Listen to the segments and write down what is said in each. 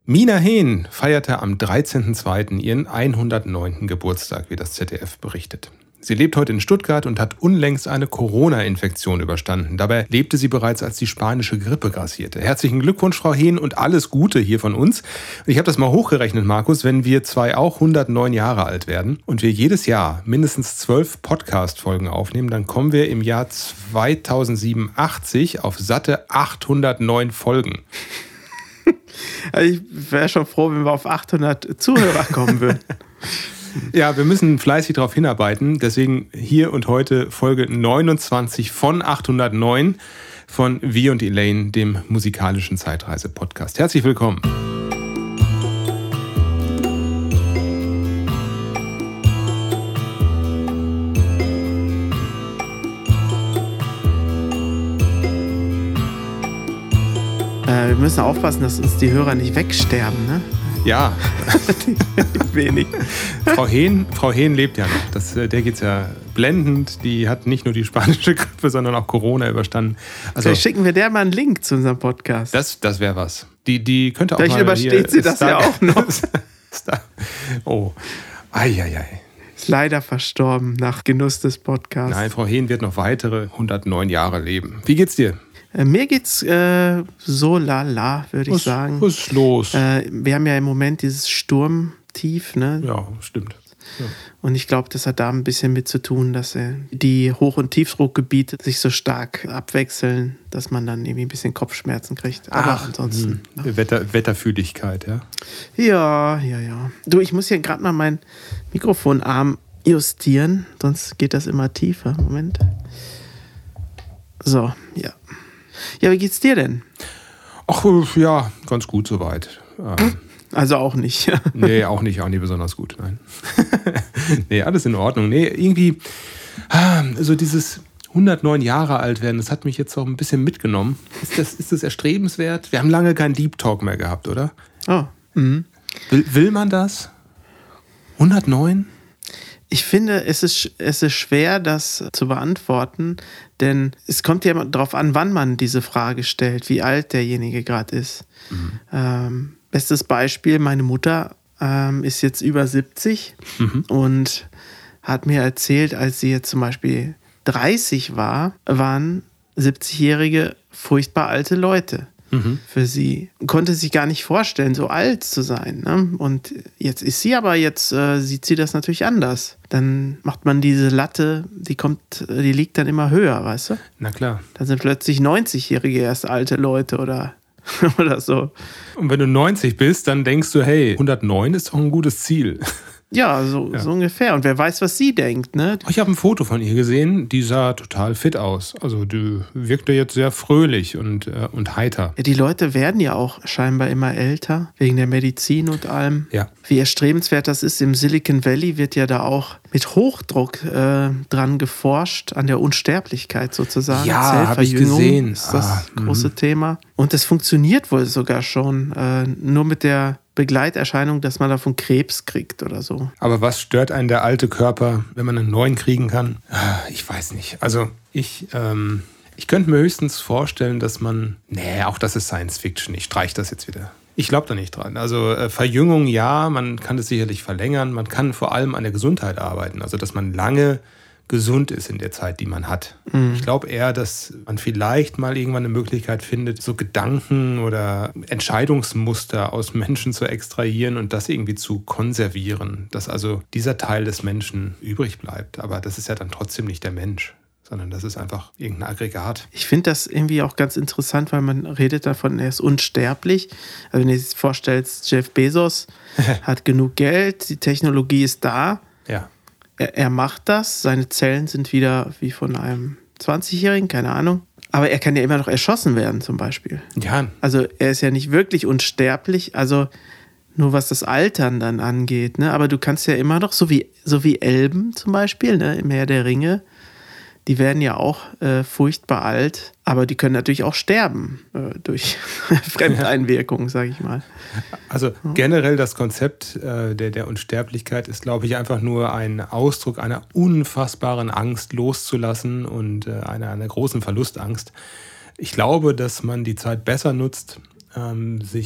Mina Hehn feierte am 13.02. ihren 109. Geburtstag, wie das ZDF berichtet. Sie lebt heute in Stuttgart und hat unlängst eine Corona-Infektion überstanden. Dabei lebte sie bereits, als die spanische Grippe grassierte. Herzlichen Glückwunsch, Frau Hehn, und alles Gute hier von uns. Ich habe das mal hochgerechnet, Markus, wenn wir zwei auch 109 Jahre alt werden und wir jedes Jahr mindestens 12 Podcast-Folgen aufnehmen, dann kommen wir im Jahr 2087 auf satte 809 Folgen. Also ich wäre schon froh, wenn wir auf 800 Zuhörer kommen würden. Ja, wir müssen fleißig darauf hinarbeiten. Deswegen hier und heute Folge 29 von 809 von Wir und Elaine, dem musikalischen Zeitreise-Podcast. Herzlich willkommen. Wir müssen aufpassen, dass uns die Hörer nicht wegsterben, ne? Ja. Wenig. Frau Hehn lebt ja noch. Der geht's ja blendend. Die hat nicht nur die spanische Grippe, sondern auch Corona überstanden. Also, vielleicht schicken wir der mal einen Link zu unserem Podcast. Das wäre was. Die könnte auch vielleicht mal übersteht sie das ja auch noch. Oh. Eieiei. Ist leider verstorben nach Genuss des Podcasts. Nein, Frau Hehn wird noch weitere 109 Jahre leben. Wie geht's dir? Mir geht's so lala, würde ich sagen. Was ist los? Wir haben ja im Moment dieses Sturmtief, ne? Ja, stimmt. Ja. Und ich glaube, das hat da ein bisschen mit zu tun, dass die Hoch- und Tiefdruckgebiete sich so stark abwechseln, dass man dann irgendwie ein bisschen Kopfschmerzen kriegt. Aber ansonsten. Wetterfühligkeit, ja? Ja. Du, ich muss hier gerade mal meinen Mikrofonarm justieren, sonst geht das immer tiefer. Moment. So, ja. Ja, wie geht's dir denn? Ach ja, ganz gut soweit. Also auch nicht. Nee, auch nicht besonders gut, nein. Nee, alles in Ordnung. Nee, irgendwie, so dieses 109 Jahre alt werden, das hat mich jetzt auch ein bisschen mitgenommen. Ist das erstrebenswert? Wir haben lange keinen Deep Talk mehr gehabt, oder? Oh. Mhm. Will man das? 109? Ich finde, es ist schwer, das zu beantworten, denn es kommt ja immer darauf an, wann man diese Frage stellt, wie alt derjenige gerade ist. Mhm. Bestes Beispiel, meine Mutter ist jetzt über 70 und hat mir erzählt, als sie jetzt zum Beispiel 30 war, waren 70-Jährige furchtbar alte Leute. Für sie. Konnte sich gar nicht vorstellen, so alt zu sein. Ne? Und jetzt ist sie aber, sieht sie das natürlich anders. Dann macht man diese Latte, die liegt dann immer höher, weißt du? Na klar. Dann sind plötzlich 90-Jährige erst alte Leute oder so. Und wenn du 90 bist, dann denkst du, hey, 109 ist doch ein gutes Ziel. Ja, so ungefähr. Und wer weiß, was sie denkt, ne? Ich habe ein Foto von ihr gesehen, die sah total fit aus. Also die wirkte jetzt sehr fröhlich und heiter. Ja, die Leute werden ja auch scheinbar immer älter, wegen der Medizin und allem. Ja. Wie erstrebenswert das ist, im Silicon Valley wird ja da auch mit Hochdruck dran geforscht, an der Unsterblichkeit sozusagen. Ja, habe ich gesehen. Ist das große Thema. Und das funktioniert wohl sogar schon, nur mit der Begleiterscheinung, dass man davon Krebs kriegt oder so. Aber was stört einen der alte Körper, wenn man einen neuen kriegen kann? Ich weiß nicht. Also ich könnte mir höchstens vorstellen, dass man... Nee, auch das ist Science Fiction. Ich streiche das jetzt wieder. Ich glaube da nicht dran. Also Verjüngung, ja, man kann es sicherlich verlängern. Man kann vor allem an der Gesundheit arbeiten. Also dass man lange gesund ist in der Zeit, die man hat. Ich glaube eher, dass man vielleicht mal irgendwann eine Möglichkeit findet, so Gedanken oder Entscheidungsmuster aus Menschen zu extrahieren und das irgendwie zu konservieren, dass also dieser Teil des Menschen übrig bleibt. Aber das ist ja dann trotzdem nicht der Mensch, sondern das ist einfach irgendein Aggregat. Ich finde das irgendwie auch ganz interessant, weil man redet davon, er ist unsterblich. Also wenn du dir das vorstellst, Jeff Bezos hat genug Geld, die Technologie ist da. Ja. Er macht das, seine Zellen sind wieder wie von einem 20-Jährigen, keine Ahnung. Aber er kann ja immer noch erschossen werden zum Beispiel. Ja. Also er ist ja nicht wirklich unsterblich, also nur was das Altern dann angeht. Ne? Aber du kannst ja immer noch, so wie Elben zum Beispiel, ne? Im Herr der Ringe, die werden ja auch furchtbar alt, aber die können natürlich auch sterben durch Fremdeinwirkungen, sage ich mal. Also generell das Konzept der Unsterblichkeit ist, glaube ich, einfach nur ein Ausdruck einer unfassbaren Angst loszulassen und einer großen Verlustangst. Ich glaube, dass man die Zeit besser nutzt, sich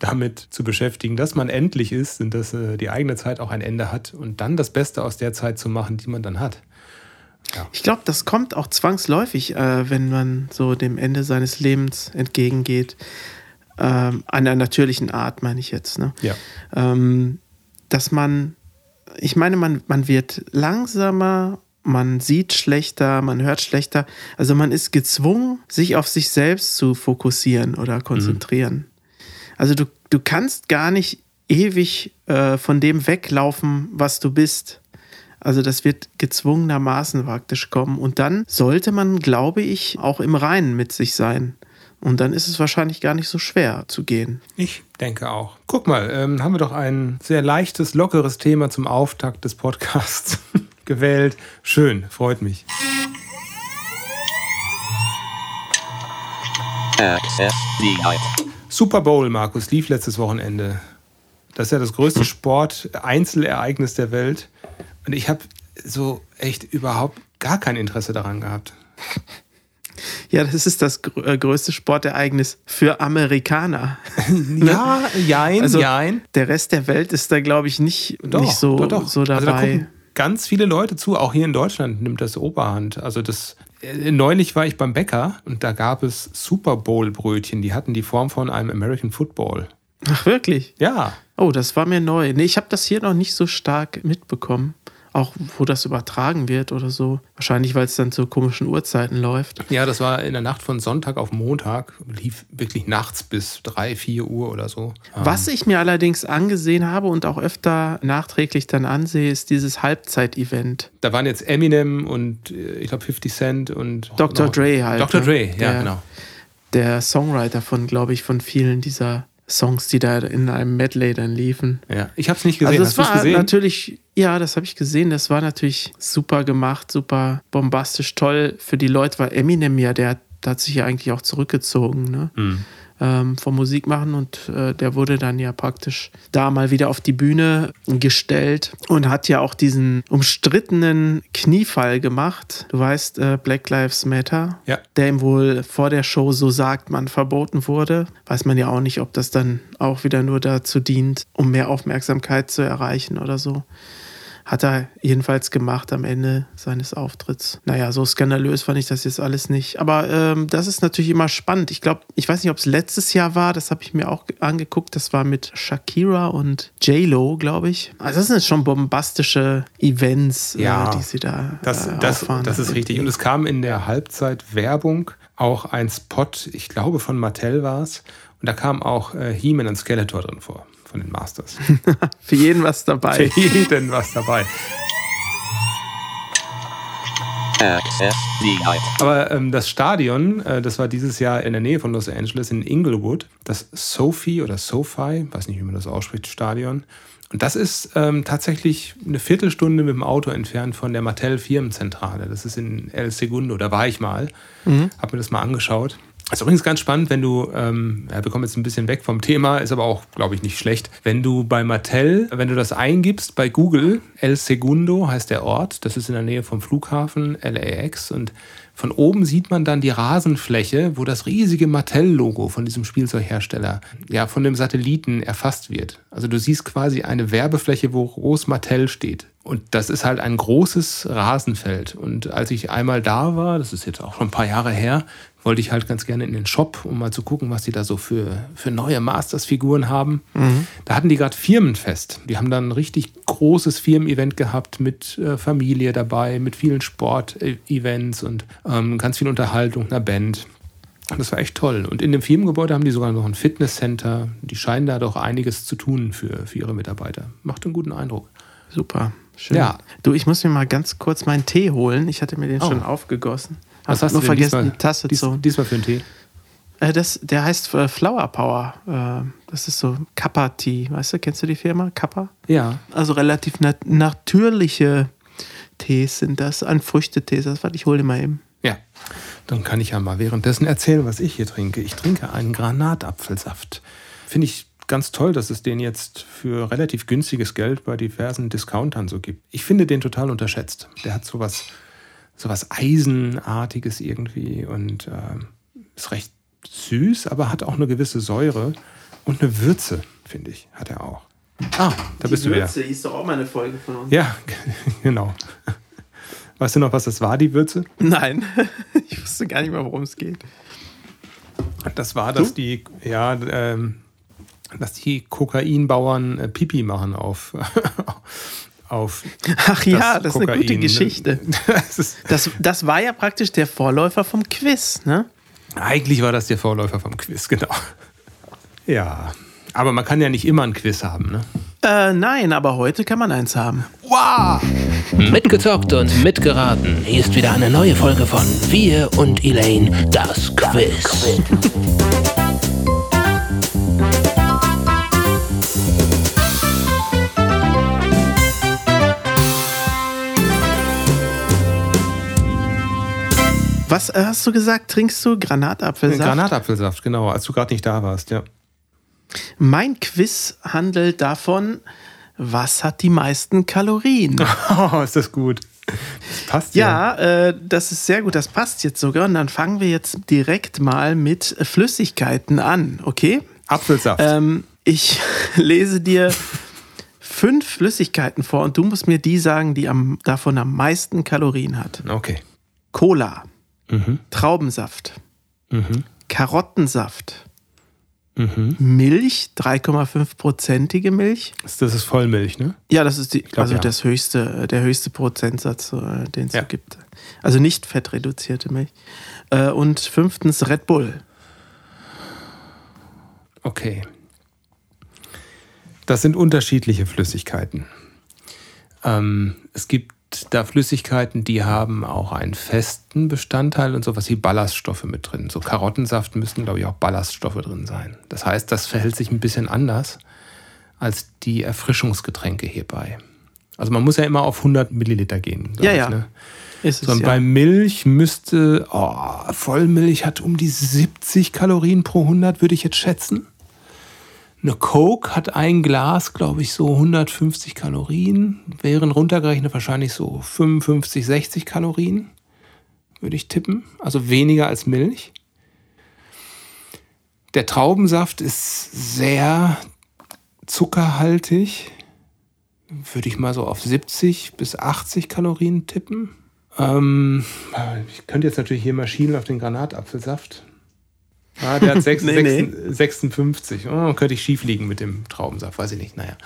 damit zu beschäftigen, dass man endlich ist und dass die eigene Zeit auch ein Ende hat und dann das Beste aus der Zeit zu machen, die man dann hat. Ja. Ich glaube, das kommt auch zwangsläufig, wenn man so dem Ende seines Lebens entgegengeht. Einer natürlichen Art, meine ich jetzt. Ne? Ja. Dass man wird langsamer, man sieht schlechter, man hört schlechter. Also man ist gezwungen, sich auf sich selbst zu fokussieren oder konzentrieren. Also du kannst gar nicht ewig von dem weglaufen, was du bist. Also das wird gezwungenermaßen praktisch kommen. Und dann sollte man, glaube ich, auch im Reinen mit sich sein. Und dann ist es wahrscheinlich gar nicht so schwer zu gehen. Ich denke auch. Guck mal, haben wir doch ein sehr leichtes, lockeres Thema zum Auftakt des Podcasts gewählt. Schön, freut mich. Super Bowl, Markus, lief letztes Wochenende. Das ist ja das größte Sport-Einzelereignis der Welt. Und ich habe so echt überhaupt gar kein Interesse daran gehabt. Ja, das ist das größte Sportereignis für Amerikaner. Ja, jein. Der Rest der Welt ist da, glaube ich, nicht so dabei. Also da gucken ganz viele Leute zu, auch hier in Deutschland nimmt das Oberhand. Also neulich war ich beim Bäcker und da gab es Super Bowl Brötchen, die hatten die Form von einem American Football. Ach, wirklich? Ja. Oh, das war mir neu. Nee, ich habe das hier noch nicht so stark mitbekommen. Auch wo das übertragen wird oder so. Wahrscheinlich, weil es dann zu komischen Uhrzeiten läuft. Ja, das war in der Nacht von Sonntag auf Montag. Lief wirklich nachts bis 3, 4 Uhr oder so. Was ich mir allerdings angesehen habe und auch öfter nachträglich dann ansehe, ist dieses Halbzeit-Event. Da waren jetzt Eminem und ich glaube 50 Cent und Dr. Dre halt. Dr. Dre, ja, genau. Der Songwriter von vielen dieser Songs, die da in einem Medley dann liefen. Ja, ich habe es nicht gesehen. Also das war natürlich, ja, das habe ich gesehen. Das war natürlich super gemacht, super bombastisch, toll für die Leute, weil Eminem der hat sich ja eigentlich auch zurückgezogen, ne? Vom Musikmachen und der wurde dann ja praktisch da mal wieder auf die Bühne gestellt und hat ja auch diesen umstrittenen Kniefall gemacht. Du weißt, Black Lives Matter, ja. Der ihm wohl vor der Show, so sagt man, verboten wurde. Weiß man ja auch nicht, ob das dann auch wieder nur dazu dient, um mehr Aufmerksamkeit zu erreichen oder so. Hat er jedenfalls gemacht am Ende seines Auftritts. Naja, so skandalös fand ich das jetzt alles nicht. Aber das ist natürlich immer spannend. Ich weiß nicht, ob es letztes Jahr war, das habe ich mir auch angeguckt. Das war mit Shakira und J-Lo, glaube ich. Also das sind schon bombastische Events, die sie da auffahren. Das ist richtig. Und es kam in der Halbzeitwerbung auch ein Spot, ich glaube von Mattel war es. Und da kam auch He-Man und Skeletor drin vor. Von den Masters. Für jeden was dabei. Für jeden was dabei. Aber das Stadion, das war dieses Jahr in der Nähe von Los Angeles in Inglewood, das SoFi, weiß nicht, wie man das ausspricht, Stadion. Und das ist tatsächlich eine Viertelstunde mit dem Auto entfernt von der Mattel-Firmenzentrale. Das ist in El Segundo, da war ich mal, habe mir das mal angeschaut. Das ist übrigens ganz spannend, wenn du, wir kommen jetzt ein bisschen weg vom Thema, ist aber auch, glaube ich, nicht schlecht, wenn du bei Mattel, wenn du das eingibst bei Google, El Segundo heißt der Ort, das ist in der Nähe vom Flughafen LAX und von oben sieht man dann die Rasenfläche, wo das riesige Mattel-Logo von diesem Spielzeughersteller, ja, von dem Satelliten erfasst wird. Also du siehst quasi eine Werbefläche, wo groß Mattel steht. Und das ist halt ein großes Rasenfeld. Und als ich einmal da war, das ist jetzt auch schon ein paar Jahre her, wollte ich halt ganz gerne in den Shop, um mal zu gucken, was die da so für neue Masters-Figuren haben. Da hatten die gerade Firmenfest. Die haben dann ein richtig großes Firmen-Event gehabt mit Familie dabei, mit vielen Sport-Events und ganz viel Unterhaltung, einer Band. Das war echt toll. Und in dem Firmengebäude haben die sogar noch ein Fitnesscenter. Die scheinen da doch einiges zu tun für ihre Mitarbeiter. Macht einen guten Eindruck. Super, schön. Ja. Du, ich muss mir mal ganz kurz meinen Tee holen. Ich hatte mir den schon aufgegossen. Was hast du denn vergessen, die Tasse zu. Diesmal für einen Tee? Der heißt Flower Power. Das ist so Kappa-Tee. Weißt du, kennst du die Firma? Kappa? Ja. Also relativ natürliche Tees sind das. Ein Früchtetee. Ich hole den mal eben. Ja. Dann kann ich ja mal währenddessen erzählen, was ich hier trinke. Ich trinke einen Granatapfelsaft. Finde ich ganz toll, dass es den jetzt für relativ günstiges Geld bei diversen Discountern so gibt. Ich finde den total unterschätzt. Der hat sowas Eisenartiges irgendwie und ist recht süß, aber hat auch eine gewisse Säure. Und eine Würze, finde ich, hat er auch. Ah, da bist du wieder. Die Würze ist doch auch mal eine Folge von uns. Ja, genau. Weißt du noch, was das war, die Würze? Nein, ich wusste gar nicht mehr, worum es geht. Das war, dass die Kokainbauern Pipi machen auf Ach ja, das ist eine gute Geschichte. Das war ja praktisch der Vorläufer vom Quiz, ne? Eigentlich war das der Vorläufer vom Quiz, genau. Ja, aber man kann ja nicht immer ein Quiz haben, ne? Nein, aber heute kann man eins haben. Wow! Mitgezockt und mitgeraten. Hier ist wieder eine neue Folge von Wir und Elaine, das Quiz. Was hast du gesagt? Trinkst du Granatapfelsaft? Granatapfelsaft, genau, als du gerade nicht da warst, ja. Mein Quiz handelt davon, was hat die meisten Kalorien? Oh, ist das gut. Das passt ja. Ja, das ist sehr gut, das passt jetzt sogar. Und dann fangen wir jetzt direkt mal mit Flüssigkeiten an, okay? Apfelsaft. Ich lese dir 5 Flüssigkeiten vor und du musst mir die sagen, die davon am meisten Kalorien hat. Okay. Cola, Traubensaft, Karottensaft, Milch, 3,5%ige Milch. Das ist Vollmilch, ne? Ja, das ist ja. der höchste Prozentsatz, den es so gibt. Also nicht fettreduzierte Milch. Und 5. Red Bull. Okay. Das sind unterschiedliche Flüssigkeiten. Es gibt da Flüssigkeiten, die haben auch einen festen Bestandteil und sowas wie Ballaststoffe mit drin. So Karottensaft müssten, glaube ich, auch Ballaststoffe drin sein. Das heißt, das verhält sich ein bisschen anders als die Erfrischungsgetränke hierbei. Also man muss ja immer auf 100 Milliliter gehen. Ja. Ne? Ist es, und bei Milch müsste, Vollmilch hat um die 70 Kalorien pro 100, würde ich jetzt schätzen. Eine Coke hat ein Glas, glaube ich, so 150 Kalorien. Wären runtergerechnet wahrscheinlich so 55, 60 Kalorien, würde ich tippen. Also weniger als Milch. Der Traubensaft ist sehr zuckerhaltig. Würde ich mal so auf 70 bis 80 Kalorien tippen. Ich könnte jetzt natürlich hier mal schielen auf den Granatapfelsaft. Ah, der hat 56. Oh, könnte ich schief liegen mit dem Traubensaft, weiß ich nicht. Naja.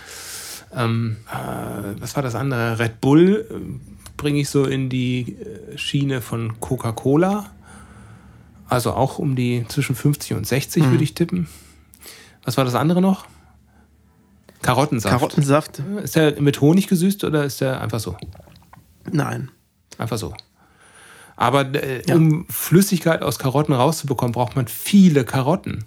Was war das andere? Red Bull bringe ich so in die Schiene von Coca-Cola. Also auch um die zwischen 50 und 60 würde ich tippen. Was war das andere noch? Karottensaft. Ist der mit Honig gesüßt oder ist der einfach so? Nein. Einfach so. Aber um Flüssigkeit aus Karotten rauszubekommen, braucht man viele Karotten.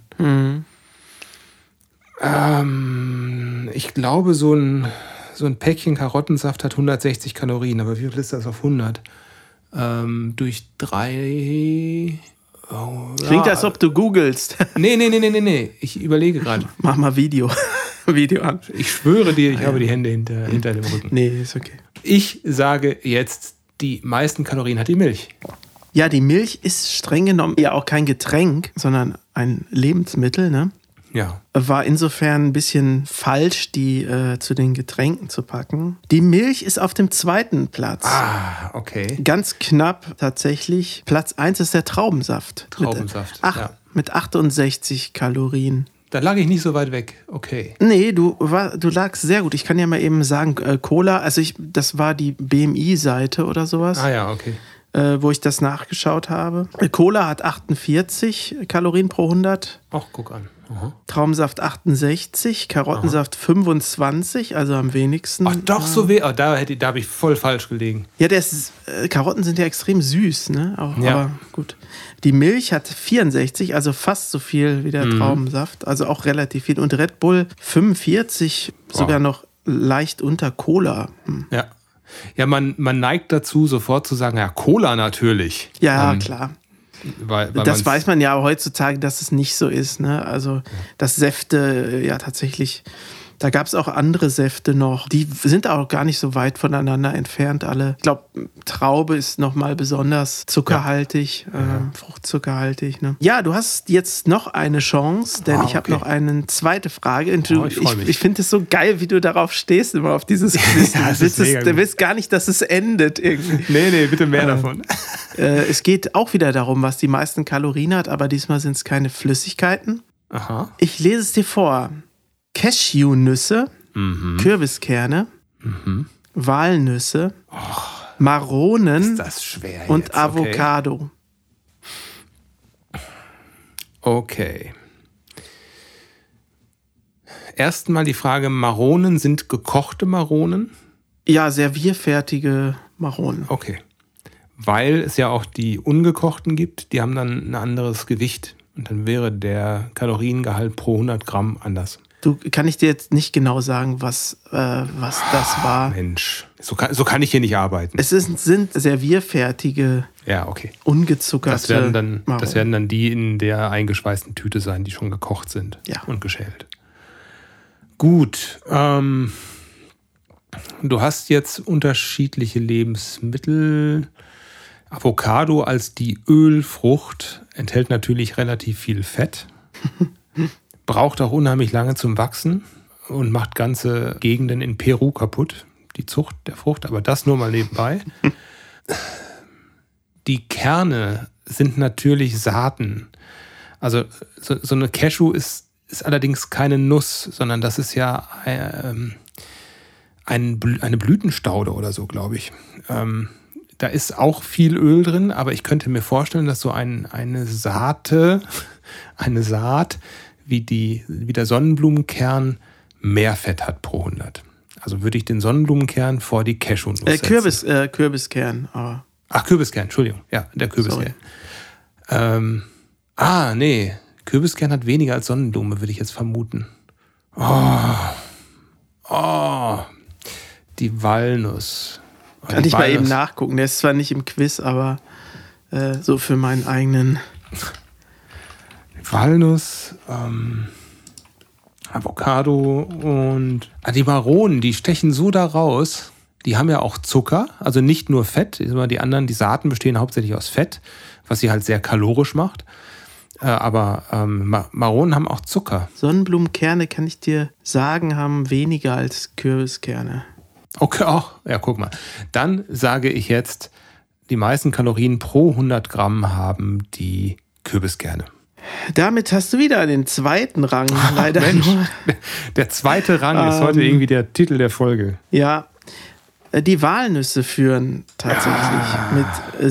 Ich glaube, so ein Päckchen Karottensaft hat 160 Kalorien. Aber wie viel ist das auf 100? Durch 3... Klingt, als ob du googelst. Nee. Ich überlege gerade. Mach mal Video an. Ich schwöre dir, ich habe die Hände hinter dem Rücken. Nee, ist okay. Ich sage jetzt, die meisten Kalorien hat die Milch. Ja, die Milch ist streng genommen ja auch kein Getränk, sondern ein Lebensmittel, ne? Ja. War insofern ein bisschen falsch, die zu den Getränken zu packen. Die Milch ist auf dem 2. Platz. Ah, okay. Ganz knapp tatsächlich. Platz 1 ist der Traubensaft. Mit 68 Kalorien. Da lag ich nicht so weit weg. Okay. Nee, du lagst sehr gut. Ich kann ja mal eben sagen, Cola, also das war die BMI-Seite oder sowas. Ah ja, okay. Wo ich das nachgeschaut habe. Cola hat 48 Kalorien pro 100. Ach, guck an. Aha. Traubensaft 68, Karottensaft 25, also am wenigsten. Ach, doch, so weh. Oh, da habe ich voll falsch gelegen. Ja, Karotten sind ja extrem süß, ne? Aber gut. Die Milch hat 64, also fast so viel wie der Traubensaft. Also auch relativ viel. Und Red Bull 45, sogar noch leicht unter Cola. Ja. Ja, man neigt dazu, sofort zu sagen, ja, Cola natürlich. Ja, klar. Weil das weiß man ja heutzutage, dass es nicht so ist. Ne? Also, dass Säfte ja tatsächlich Da gab es auch andere Säfte noch. Die sind auch gar nicht so weit voneinander entfernt alle. Ich glaube, Traube ist nochmal besonders zuckerhaltig, fruchtzuckerhaltig. Ne? Ja, du hast jetzt noch eine Chance, denn ich habe noch eine zweite Frage. Und ich finde es so geil, wie du darauf stehst, immer auf dieses Quiz. Du willst gar nicht, dass es endet irgendwie. Nee, bitte mehr davon. Es geht auch wieder darum, was die meisten Kalorien hat, aber diesmal sind es keine Flüssigkeiten. Aha. Ich lese es dir vor. Cashewnüsse, Kürbiskerne, Walnüsse, Maronen und Avocado. Okay. Erstmal die Frage, Maronen sind gekochte Maronen? Ja, servierfertige Maronen. Okay. Weil es ja auch die ungekochten gibt, die haben dann ein anderes Gewicht. Und dann wäre der Kaloriengehalt pro 100 Gramm anders. Kann ich dir jetzt nicht genau sagen, was das war. Mensch, so kann ich hier nicht arbeiten. Sind servierfertige, ungezuckerte Maronen. Das werden dann die in der eingeschweißten Tüte sein, die schon gekocht sind und geschält. Gut, du hast jetzt unterschiedliche Lebensmittel. Avocado als die Ölfrucht enthält natürlich relativ viel Fett. Braucht auch unheimlich lange zum Wachsen und macht ganze Gegenden in Peru kaputt, die Zucht der Frucht, aber das nur mal nebenbei. Die Kerne sind natürlich Saaten. Also so eine Cashew ist allerdings keine Nuss, sondern das ist ja eine Blütenstaude oder so, glaube ich. Da ist auch viel Öl drin, aber ich könnte mir vorstellen, dass so eine Saat wie der Sonnenblumenkern mehr Fett hat pro 100. Also würde ich den Sonnenblumenkern vor die Cashewnuss setzen. Kürbiskern. Aber. Ach, Kürbiskern, Entschuldigung. Ja, der Kürbiskern. Nee. Kürbiskern hat weniger als Sonnenblume, würde ich jetzt vermuten. Die Walnuss. Kann ich mal eben nachgucken. Der ist zwar nicht im Quiz, aber so für meinen eigenen... Walnuss, Avocado und die Maronen, die stechen so da raus. Die haben ja auch Zucker, also nicht nur Fett. Die Saaten bestehen hauptsächlich aus Fett, was sie halt sehr kalorisch macht. Aber Maronen haben auch Zucker. Sonnenblumenkerne, kann ich dir sagen, haben weniger als Kürbiskerne. Okay, ja, guck mal. Dann sage ich jetzt, die meisten Kalorien pro 100 Gramm haben die Kürbiskerne. Damit hast du wieder den zweiten Rang. Leider Mensch, der zweite Rang ist heute irgendwie der Titel der Folge. Ja, die Walnüsse führen tatsächlich mit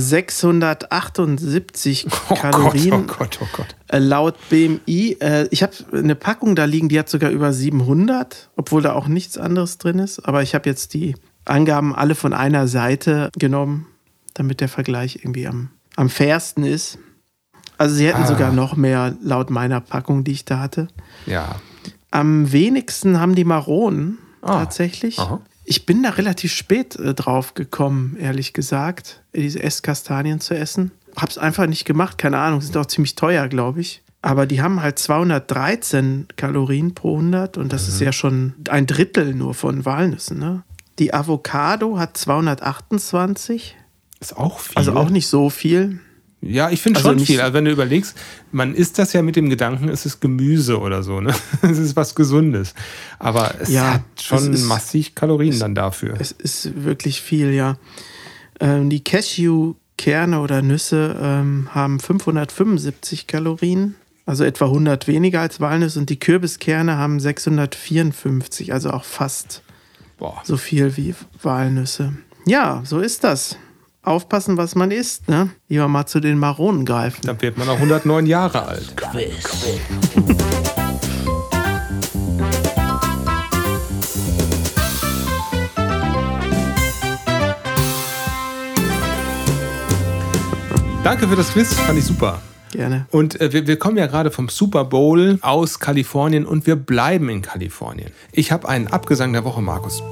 678 Kalorien. Oh Gott. Laut BMI. Ich habe eine Packung da liegen, die hat sogar über 700, obwohl da auch nichts anderes drin ist. Aber ich habe jetzt die Angaben alle von einer Seite genommen, damit der Vergleich irgendwie am fairsten ist. Also sie hätten sogar noch mehr laut meiner Packung, die ich da hatte. Ja. Am wenigsten haben die Maronen tatsächlich. Aha. Ich bin da relativ spät drauf gekommen, ehrlich gesagt, diese Esskastanien zu essen. Hab's einfach nicht gemacht, keine Ahnung, sind auch ziemlich teuer, glaube ich. Aber die haben halt 213 Kalorien pro 100 und das ist ja schon ein Drittel nur von Walnüssen. Ne? Die Avocado hat 228. Ist auch viel. Also auch nicht so viel. Ja, ich finde schon viel. Also wenn du überlegst, man isst das ja mit dem Gedanken, es ist Gemüse oder so, ne? Es ist was Gesundes. Aber es hat schon massig Kalorien dann dafür. Es ist wirklich viel, ja. Die Cashewkerne oder Nüsse haben 575 Kalorien, also etwa 100 weniger als Walnüsse. Und die Kürbiskerne haben 654, also auch fast so viel wie Walnüsse. Ja, so ist das. Aufpassen, was man isst, ne? Lieber mal zu den Maronen greifen. Dann wird man auch 109 Jahre alt. Quiz. Danke für das Quiz, fand ich super. Gerne. Und wir kommen ja gerade vom Super Bowl aus Kalifornien und wir bleiben in Kalifornien. Ich habe einen Abgesang der Woche, Markus.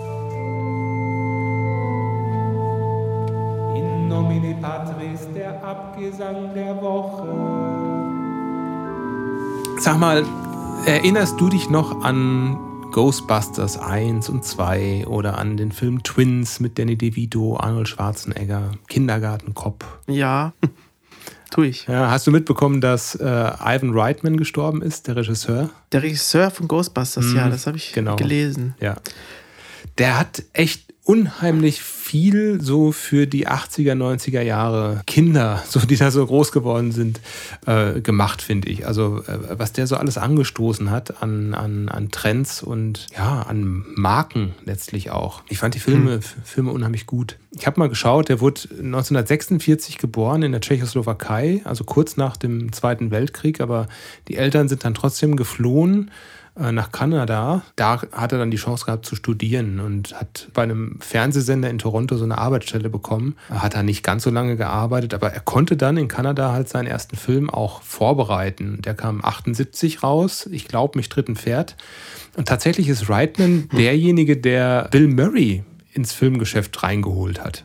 In nomine Patris, der Abgesang der Woche. Sag mal, erinnerst du dich noch an Ghostbusters 1 und 2 oder an den Film Twins mit Danny DeVito, Arnold Schwarzenegger, Kindergartenkopf? Ja, tue ich. Ja, hast du mitbekommen, dass Ivan Reitman gestorben ist, der Regisseur? Der Regisseur von Ghostbusters, ja, das habe ich gelesen. Ja. Der hat echt unheimlich viel so für die 80er, 90er Jahre Kinder, so die da so groß geworden sind, gemacht, finde ich. Also was der so alles angestoßen hat an Trends und ja, an Marken letztlich auch. Ich fand die Filme unheimlich gut. Ich habe mal geschaut, der wurde 1946 geboren in der Tschechoslowakei, also kurz nach dem Zweiten Weltkrieg, aber die Eltern sind dann trotzdem geflohen nach Kanada. Da hat er dann die Chance gehabt zu studieren und hat bei einem Fernsehsender in Toronto so eine Arbeitsstelle bekommen. Hat da nicht ganz so lange gearbeitet, aber er konnte dann in Kanada halt seinen ersten Film auch vorbereiten. Der kam 78 raus, ich glaube, mich tritt ein Pferd. Und tatsächlich ist Reitman derjenige, der Bill Murray ins Filmgeschäft reingeholt hat.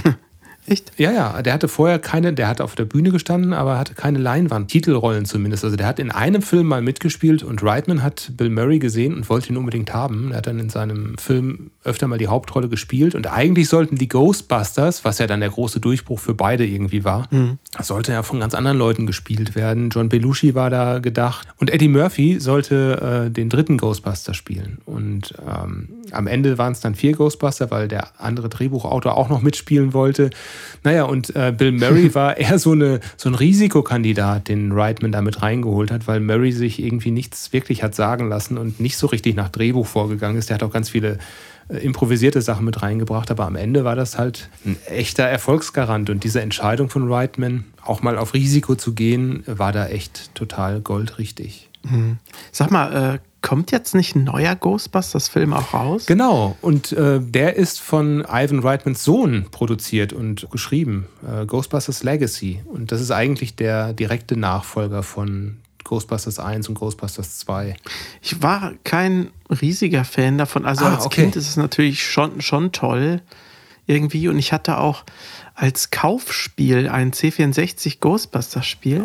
Echt? Ja, der hatte vorher der hat auf der Bühne gestanden, aber hatte keine Leinwand, Titelrollen zumindest. Also der hat in einem Film mal mitgespielt und Reitman hat Bill Murray gesehen und wollte ihn unbedingt haben. Er hat dann in seinem Film öfter mal die Hauptrolle gespielt und eigentlich sollten die Ghostbusters, was ja dann der große Durchbruch für beide irgendwie war, sollte ja von ganz anderen Leuten gespielt werden. John Belushi war da gedacht und Eddie Murphy sollte den dritten Ghostbuster spielen. Und am Ende waren es dann 4 Ghostbuster, weil der andere Drehbuchautor auch noch mitspielen wollte. Naja, und Bill Murray war eher so ein Risikokandidat, den Reitman da mit reingeholt hat, weil Murray sich irgendwie nichts wirklich hat sagen lassen und nicht so richtig nach Drehbuch vorgegangen ist. Der hat auch ganz viele improvisierte Sachen mit reingebracht, aber am Ende war das halt ein echter Erfolgsgarant. Und diese Entscheidung von Reitman, auch mal auf Risiko zu gehen, war da echt total goldrichtig. Sag mal, kommt jetzt nicht ein neuer Ghostbusters-Film auch raus? Genau, und der ist von Ivan Reitmans Sohn produziert und geschrieben, Ghostbusters Legacy. Und das ist eigentlich der direkte Nachfolger von Ghostbusters 1 und Ghostbusters 2. Ich war kein riesiger Fan davon. Also als Kind ist es natürlich schon toll irgendwie. Und ich hatte auch als Kaufspiel ein C64 Ghostbusters-Spiel.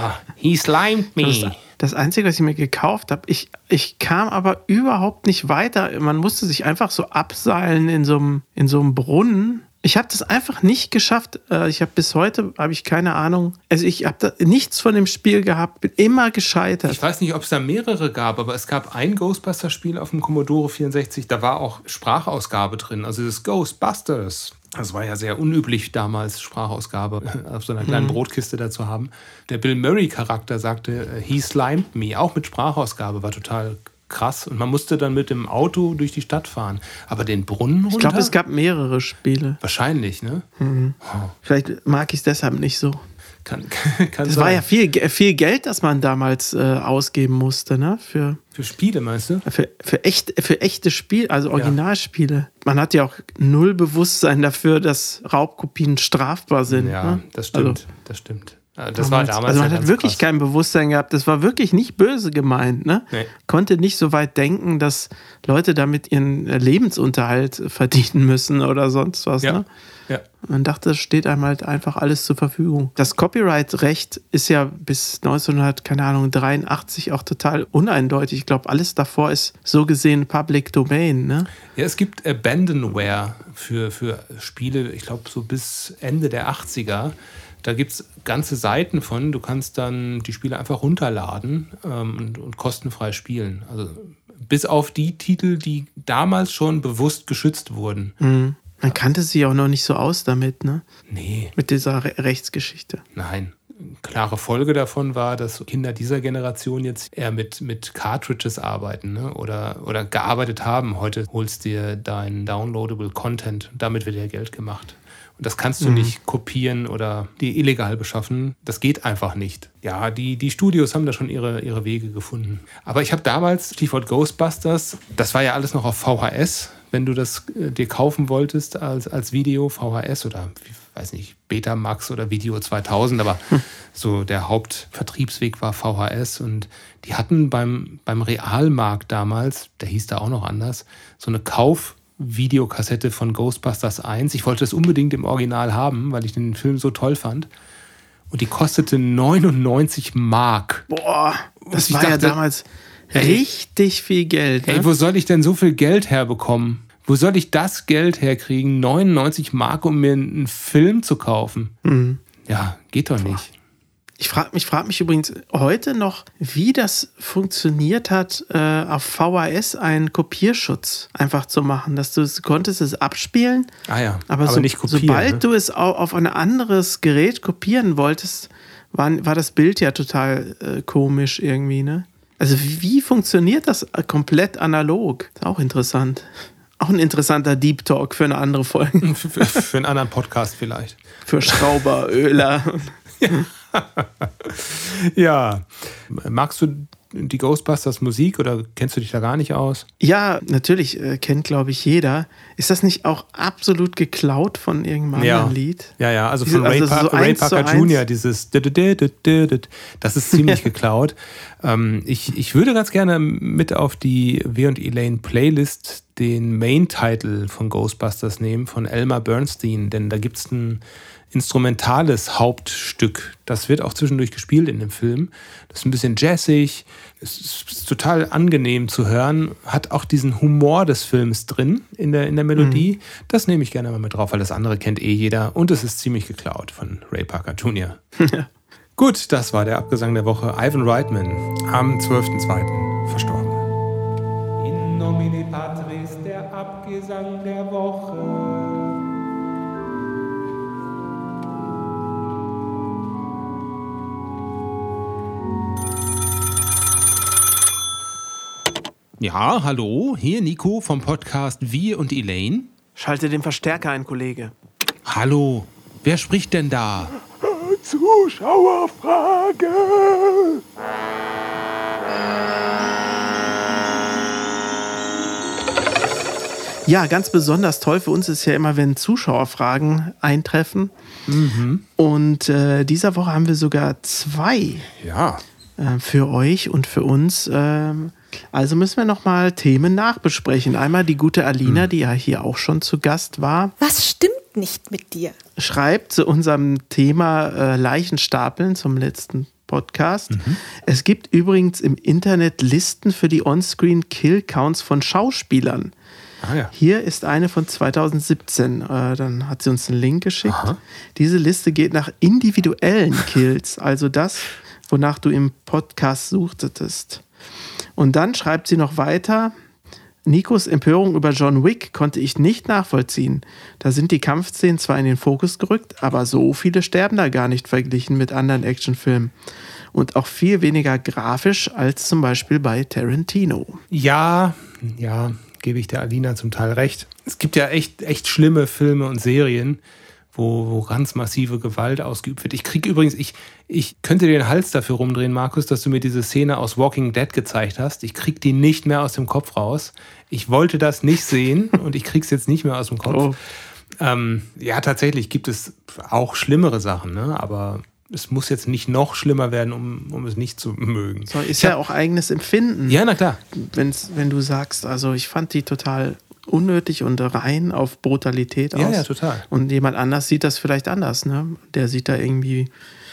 He slimed me. Das Einzige, was ich mir gekauft habe, ich kam aber überhaupt nicht weiter. Man musste sich einfach so abseilen in so einem Brunnen. Ich habe das einfach nicht geschafft. Bis heute habe ich keine Ahnung. Also ich habe da nichts von dem Spiel gehabt, bin immer gescheitert. Ich weiß nicht, ob es da mehrere gab, aber es gab ein Ghostbusters-Spiel auf dem Commodore 64, da war auch Sprachausgabe drin, also das Ghostbusters. Das war ja sehr unüblich damals, Sprachausgabe auf so einer kleinen Brotkiste da zu haben. Der Bill Murray-Charakter sagte, he slimed me, auch mit Sprachausgabe, war total krass. Und man musste dann mit dem Auto durch die Stadt fahren. Aber den Brunnen runter? Ich glaube, es gab mehrere Spiele. Wahrscheinlich, ne? Vielleicht mag ich es deshalb nicht so. Kann das sein. war ja viel Geld, das man damals ausgeben musste, ne? Für Spiele, meinst du? Für echte Spiele, also Originalspiele. Ja. Man hat ja auch null Bewusstsein dafür, dass Raubkopien strafbar sind. Ja, ne? Das stimmt. Das war damals also man ja hat wirklich krass. Kein Bewusstsein gehabt. Das war wirklich nicht böse gemeint. Ne? Nee. Konnte nicht so weit denken, dass Leute damit ihren Lebensunterhalt verdienen müssen oder sonst was. Ja. Ne? Ja. Man dachte, es steht einem halt einfach alles zur Verfügung. Das Copyright-Recht ist ja bis 1983 auch total uneindeutig. Ich glaube, alles davor ist so gesehen Public Domain. Ne? Ja, es gibt Abandonware für Spiele, ich glaube so bis Ende der 80er. Da gibt es ganze Seiten von, du kannst dann die Spiele einfach runterladen und kostenfrei spielen. Also bis auf die Titel, die damals schon bewusst geschützt wurden. Man kannte sich auch noch nicht so aus damit, ne? Nee. Mit dieser Rechtsgeschichte. Nein. Klare Folge davon war, dass Kinder dieser Generation jetzt eher mit Cartridges arbeiten, ne? oder gearbeitet haben. Heute holst du dir deinen downloadable Content, damit wird ja Geld gemacht. Und das kannst du nicht kopieren oder die illegal beschaffen. Das geht einfach nicht. Ja, die Studios haben da schon ihre Wege gefunden. Aber ich habe damals, Stichwort Ghostbusters, das war ja alles noch auf VHS. Wenn du das dir kaufen wolltest als Video, VHS oder, weiß nicht, Betamax oder Video 2000, aber so der Hauptvertriebsweg war VHS. Und die hatten beim Realmarkt damals, der hieß da auch noch anders, so eine Videokassette von Ghostbusters 1. Ich wollte das unbedingt im Original haben, weil ich den Film so toll fand. Und die kostete 99 Mark. Boah, das war ja damals Richtig viel Geld. Ey, wo soll ich denn so viel Geld herbekommen? Wo soll ich das Geld herkriegen? 99 Mark, um mir einen Film zu kaufen? Mhm. Ja, geht doch nicht. Ich frag mich übrigens heute noch, wie das funktioniert hat, auf VHS einen Kopierschutz einfach zu machen, dass du konntest es abspielen, aber nicht kopieren. Sobald du es auf ein anderes Gerät kopieren wolltest, war das Bild ja total komisch irgendwie, ne? Also wie funktioniert das komplett analog? Ist auch interessant. Auch ein interessanter Deep Talk für eine andere Folge. Für einen anderen Podcast vielleicht. Für Schrauber, Öler. Ja. Magst du die Ghostbusters Musik oder kennst du dich da gar nicht aus? Ja, natürlich kennt, glaube ich, jeder. Ist das nicht auch absolut geklaut von irgendeinem anderen Lied? Ja, also von Ray Parker Jr., dieses das ist ziemlich geklaut. Ich würde ganz gerne mit auf die W&E Elaine Playlist den Main-Title von Ghostbusters nehmen, von Elmer Bernstein, denn da gibt es ein instrumentales Hauptstück. Das wird auch zwischendurch gespielt in dem Film. Das ist ein bisschen jazzig, es ist total angenehm zu hören, hat auch diesen Humor des Films drin in der Melodie. Das nehme ich gerne mal mit drauf, weil das andere kennt jeder und es ist ziemlich geklaut von Ray Parker Jr. Ja. Gut, das war der Abgesang der Woche. Ivan Reitman, am 12.02. verstorben. In nomine Patris, der Abgesang der Woche. Ja, hallo, hier Nico vom Podcast Wir und Elaine. Schalte den Verstärker ein, Kollege. Hallo, wer spricht denn da? Zuschauerfrage. Ja, ganz besonders toll für uns ist ja immer, wenn Zuschauerfragen eintreffen. Mhm. Und dieser Woche haben wir sogar 2 für euch und für uns. Also müssen wir nochmal Themen nachbesprechen. Einmal die gute Alina, die ja hier auch schon zu Gast war. Was stimmt nicht mit dir? Schreibt zu unserem Thema Leichenstapeln zum letzten Podcast. Mhm. Es gibt übrigens im Internet Listen für die On-Screen-Kill-Counts von Schauspielern. Hier ist eine von 2017. Dann hat sie uns einen Link geschickt. Aha. Diese Liste geht nach individuellen Kills, also das, wonach du im Podcast suchtest. Und dann schreibt sie noch weiter: Nikos Empörung über John Wick konnte ich nicht nachvollziehen. Da sind die Kampfszenen zwar in den Fokus gerückt, aber so viele sterben da gar nicht verglichen mit anderen Actionfilmen. Und auch viel weniger grafisch als zum Beispiel bei Tarantino. Ja, gebe ich der Alina zum Teil recht. Es gibt ja echt schlimme Filme und Serien, wo ganz massive Gewalt ausgeübt wird. Ich kriege übrigens, ich könnte dir den Hals dafür rumdrehen, Markus, dass du mir diese Szene aus Walking Dead gezeigt hast. Ich kriege die nicht mehr aus dem Kopf raus. Ich wollte das nicht sehen und ich kriege es jetzt nicht mehr aus dem Kopf. Ja, tatsächlich gibt es auch schlimmere Sachen, ne? Aber es muss jetzt nicht noch schlimmer werden, um es nicht zu mögen. So, ist ja auch eigenes Empfinden. Ja, na klar. Wenn du sagst, also ich fand die total unnötig und rein auf Brutalität aus. Ja, total. Und jemand anders sieht das vielleicht anders, ne? Der sieht da irgendwie...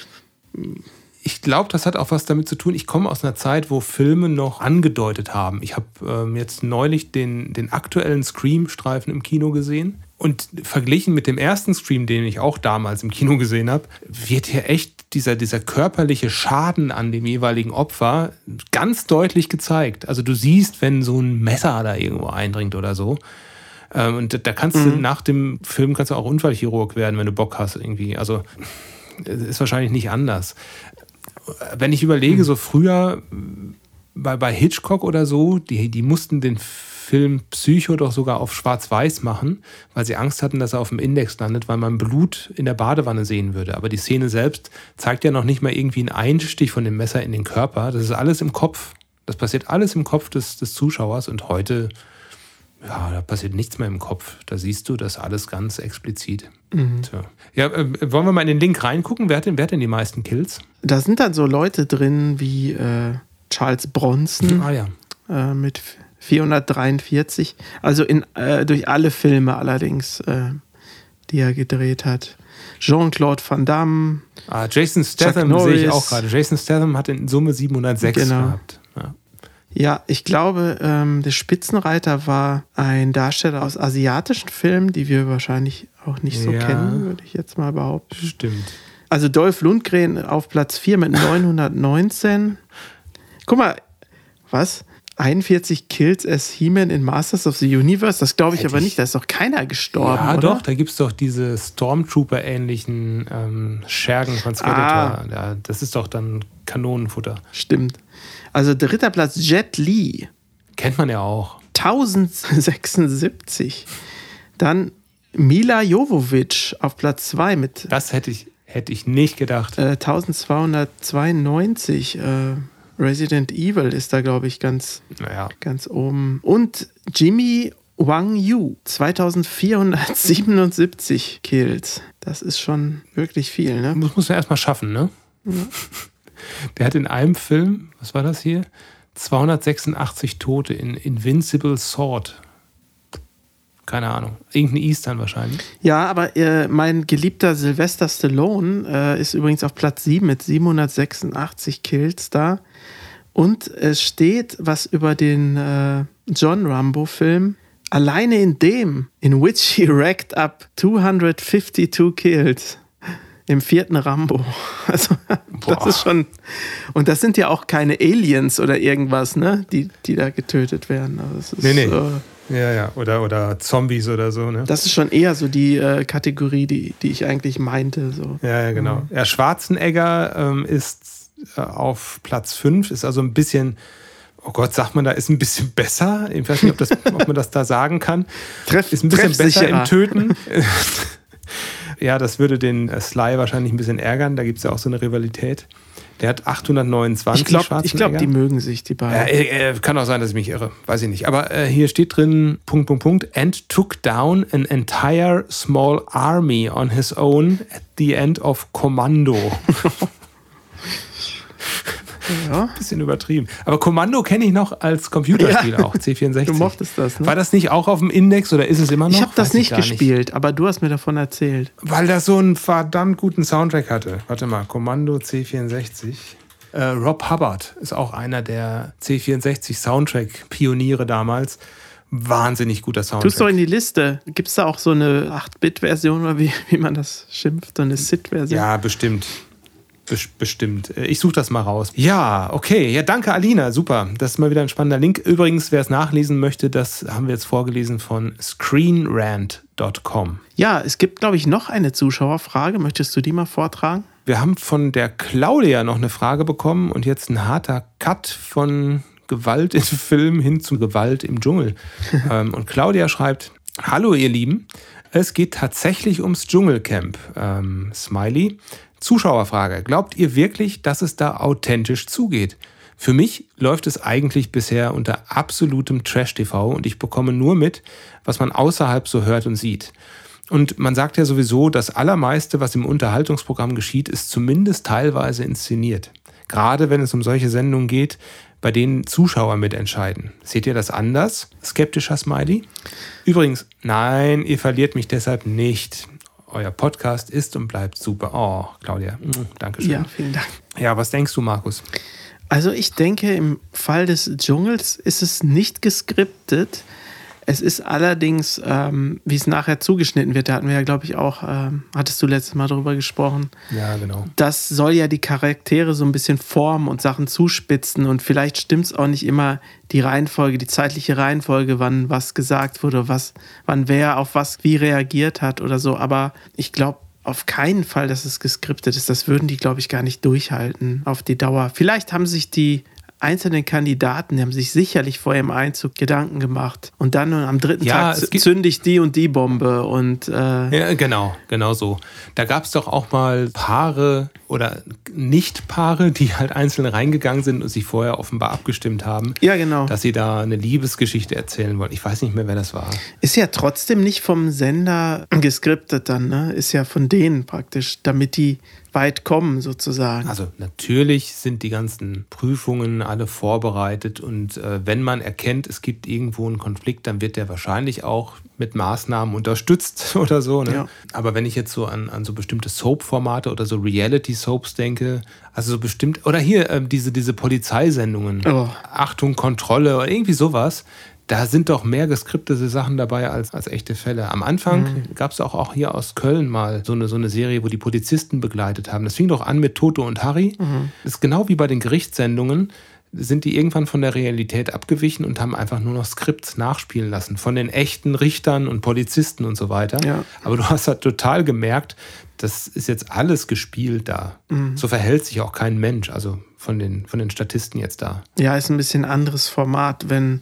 Ich glaube, das hat auch was damit zu tun. Ich komme aus einer Zeit, wo Filme noch angedeutet haben. Ich habe jetzt neulich den aktuellen Scream-Streifen im Kino gesehen. Und verglichen mit dem ersten Scream, den ich auch damals im Kino gesehen habe, wird hier echt dieser körperliche Schaden an dem jeweiligen Opfer ganz deutlich gezeigt. Also du siehst, wenn so ein Messer da irgendwo eindringt oder so. Und da kannst du nach dem Film kannst du auch Unfallchirurg werden, wenn du Bock hast irgendwie. Also ist wahrscheinlich nicht anders. Wenn ich überlege, so früher bei Hitchcock oder so, die mussten den Film Psycho doch sogar auf Schwarz-Weiß machen, weil sie Angst hatten, dass er auf dem Index landet, weil man Blut in der Badewanne sehen würde. Aber die Szene selbst zeigt ja noch nicht mal irgendwie einen Einstich von dem Messer in den Körper. Das ist alles im Kopf. Das passiert alles im Kopf des Zuschauers. Und heute, ja, da passiert nichts mehr im Kopf. Da siehst du das alles ganz explizit. Mhm. Ja, wollen wir mal in den Link reingucken? Wer hat denn die meisten Kills? Da sind dann so Leute drin wie Charles Bronson mit 443. Also durch alle Filme allerdings, die er gedreht hat. Jean-Claude Van Damme. Jason Statham sehe ich auch gerade. Jason Statham hat in Summe 706 gehabt. Ja, ich glaube, der Spitzenreiter war ein Darsteller aus asiatischen Filmen, die wir wahrscheinlich auch nicht so kennen, würde ich jetzt mal behaupten. Stimmt. Also Dolph Lundgren auf Platz 4 mit 919. Guck mal, was? 41 Kills as He-Man in Masters of the Universe? Das glaube ich aber nicht, da ist doch keiner gestorben, Ja, oder? doch, da gibt es doch diese Stormtrooper-ähnlichen Schergen von Skeletor. Ja, das ist doch dann Kanonenfutter. Stimmt. Also dritter Platz Jet Li. Kennt man ja auch. 1076. Dann Mila Jovovich auf Platz 2 mit... Das hätte ich nicht gedacht. 1292. Resident Evil ist da, glaube ich, ganz oben. Und Jimmy Wang Yu, 2477 Kills. Das ist schon wirklich viel, ne? Das muss man erstmal schaffen, ne? Ja. Der hat in einem Film, was war das hier? 286 Tote in Invincible Sword. Keine Ahnung. Irgendein Eastern wahrscheinlich. Ja, aber mein geliebter Sylvester Stallone ist übrigens auf Platz 7 mit 786 Kills da. Und es steht was über den John Rambo-Film. Alleine in which he racked up 252 Kills. Im 4. Rambo. Also, das ist schon. Und das sind ja auch keine Aliens oder irgendwas, ne? Die da getötet werden. Also das ist, nee. Ja. Oder Zombies oder so, ne? Das ist schon eher so die Kategorie, die ich eigentlich meinte. So. Ja, genau. Ja, Schwarzenegger ist auf Platz 5, ist also ein bisschen, oh Gott, sagt man da, ist ein bisschen besser. Ich weiß nicht, ob man das da sagen kann. Ist ein bisschen besser im Töten. Ja, das würde den Sly wahrscheinlich ein bisschen ärgern. Da gibt es ja auch so eine Rivalität. Der hat 829 Schwarzenegger. Ich glaube, die mögen sich, die beiden. Kann auch sein, dass ich mich irre. Weiß ich nicht. Aber hier steht drin, ... and took down an entire small army on his own at the end of Commando. Ja. Bisschen übertrieben. Aber Commando kenne ich noch als Computerspiel auch, C64. Du mochtest das, ne? War das nicht auch auf dem Index oder ist es immer noch? Ich habe das nicht gespielt, aber du hast mir davon erzählt. Weil das so einen verdammt guten Soundtrack hatte. Warte mal, Commando C64. Rob Hubbard ist auch einer der C64-Soundtrack-Pioniere damals. Wahnsinnig guter Soundtrack. Tust du in die Liste. Gibt es da auch so eine 8-Bit-Version oder wie man das schimpft? So eine SID-Version? Ja, bestimmt. Bestimmt. Ich suche das mal raus. Ja, okay. Ja, danke, Alina. Super. Das ist mal wieder ein spannender Link. Übrigens, wer es nachlesen möchte, das haben wir jetzt vorgelesen von screenrant.com. Ja, es gibt, glaube ich, noch eine Zuschauerfrage. Möchtest du die mal vortragen? Wir haben von der Claudia noch eine Frage bekommen und jetzt ein harter Cut von Gewalt im Film hin zu Gewalt im Dschungel. Und Claudia schreibt: Hallo, ihr Lieben. Es geht tatsächlich ums Dschungelcamp. Smiley. Zuschauerfrage. Glaubt ihr wirklich, dass es da authentisch zugeht? Für mich läuft es eigentlich bisher unter absolutem Trash-TV und ich bekomme nur mit, was man außerhalb so hört und sieht. Und man sagt ja sowieso, das Allermeiste, was im Unterhaltungsprogramm geschieht, ist zumindest teilweise inszeniert. Gerade wenn es um solche Sendungen geht, bei denen Zuschauer mitentscheiden. Seht ihr das anders? Skeptischer Smiley? Übrigens, nein, ihr verliert mich deshalb nicht. Euer Podcast ist und bleibt super. Oh, Claudia, danke schön. Ja, vielen Dank. Ja, was denkst du, Markus? Also ich denke, im Fall des Dschungels ist es nicht geskriptet. Es ist allerdings, wie es nachher zugeschnitten wird, da hatten wir ja, glaube ich, auch, hattest du letztes Mal drüber gesprochen. Ja, genau. Das soll ja die Charaktere so ein bisschen formen und Sachen zuspitzen und vielleicht stimmt es auch nicht immer die Reihenfolge, die zeitliche Reihenfolge, wann was gesagt wurde, wann wer auf was wie reagiert hat oder so. Aber ich glaube auf keinen Fall, dass es geskriptet ist. Das würden die, glaube ich, gar nicht durchhalten auf die Dauer. Vielleicht haben sich die einzelnen Kandidaten, die haben sich sicherlich vor ihrem Einzug Gedanken gemacht. Und dann am dritten Tag zünde ich die und die Bombe. Und, ja, genau so. Da gab es doch auch mal Paare oder Nicht-Paare, die halt einzeln reingegangen sind und sich vorher offenbar abgestimmt haben. Ja, genau. Dass sie da eine Liebesgeschichte erzählen wollen. Ich weiß nicht mehr, wer das war. Ist ja trotzdem nicht vom Sender geskriptet dann, ne? Ist ja von denen praktisch, damit die weit kommen sozusagen. Also natürlich sind die ganzen Prüfungen alle vorbereitet und wenn man erkennt, es gibt irgendwo einen Konflikt, dann wird der wahrscheinlich auch mit Maßnahmen unterstützt oder so. Ne? Ja. Aber wenn ich jetzt so an so bestimmte Soap-Formate oder so Reality-Soaps denke, also so bestimmt, oder hier diese Polizeisendungen, Achtung, Kontrolle oder irgendwie sowas, da sind doch mehr geskriptete Sachen dabei als echte Fälle. Am Anfang gab es auch hier aus Köln mal so eine Serie, wo die Polizisten begleitet haben. Das fing doch an mit Toto und Harry. Das ist genau wie bei den Gerichtssendungen, sind die irgendwann von der Realität abgewichen und haben einfach nur noch Skripts nachspielen lassen von den echten Richtern und Polizisten und so weiter. Ja. Aber du hast halt total gemerkt, das ist jetzt alles gespielt da. So verhält sich auch kein Mensch, also von den Statisten jetzt da. Ja, ist ein bisschen anderes Format, wenn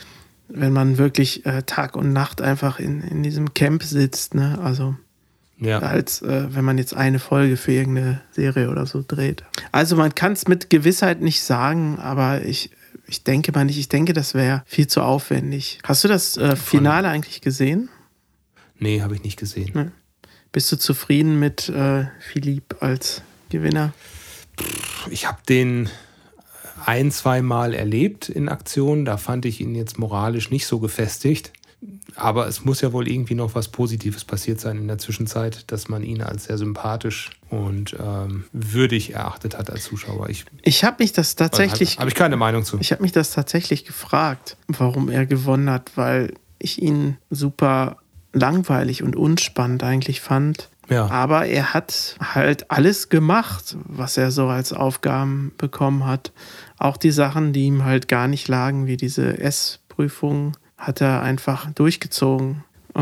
man wirklich Tag und Nacht einfach in diesem Camp sitzt, ne? Also Ja. als wenn man jetzt eine Folge für irgendeine Serie oder so dreht. Also man kann es mit Gewissheit nicht sagen, aber ich denke mal nicht. Ich denke, das wäre viel zu aufwendig. Hast du das Finale eigentlich gesehen? Nee, habe ich nicht gesehen. Ne? Bist du zufrieden mit Philippe als Gewinner? Ich habe den 1-2 Mal erlebt in Aktion. Da fand ich ihn jetzt moralisch nicht so gefestigt. Aber es muss ja wohl irgendwie noch was Positives passiert sein in der Zwischenzeit, dass man ihn als sehr sympathisch und würdig erachtet hat als Zuschauer. Ich habe mich das tatsächlich... Habe ich keine Meinung zu. Ich habe mich das tatsächlich gefragt, warum er gewonnen hat, weil ich ihn super langweilig und unspannend eigentlich fand. Ja. Aber er hat halt alles gemacht, was er so als Aufgaben bekommen hat. Auch die Sachen, die ihm halt gar nicht lagen, wie diese S-Prüfung, hat er einfach durchgezogen.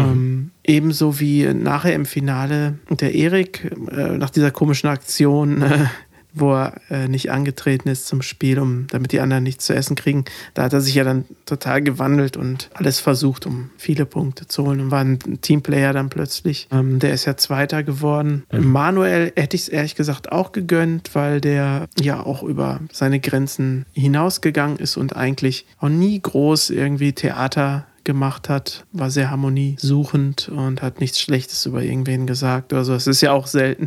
Ebenso wie nachher im Finale der Erik nach dieser komischen Aktion, wo er nicht angetreten ist zum Spiel, damit die anderen nichts zu essen kriegen. Da hat er sich ja dann total gewandelt und alles versucht, um viele Punkte zu holen und war ein Teamplayer dann plötzlich. Der ist ja Zweiter geworden. Manuel hätte ich es ehrlich gesagt auch gegönnt, weil der ja auch über seine Grenzen hinausgegangen ist und eigentlich auch nie groß irgendwie Theater gemacht hat, war sehr harmoniesuchend und hat nichts Schlechtes über irgendwen gesagt oder so. Es ist ja auch selten.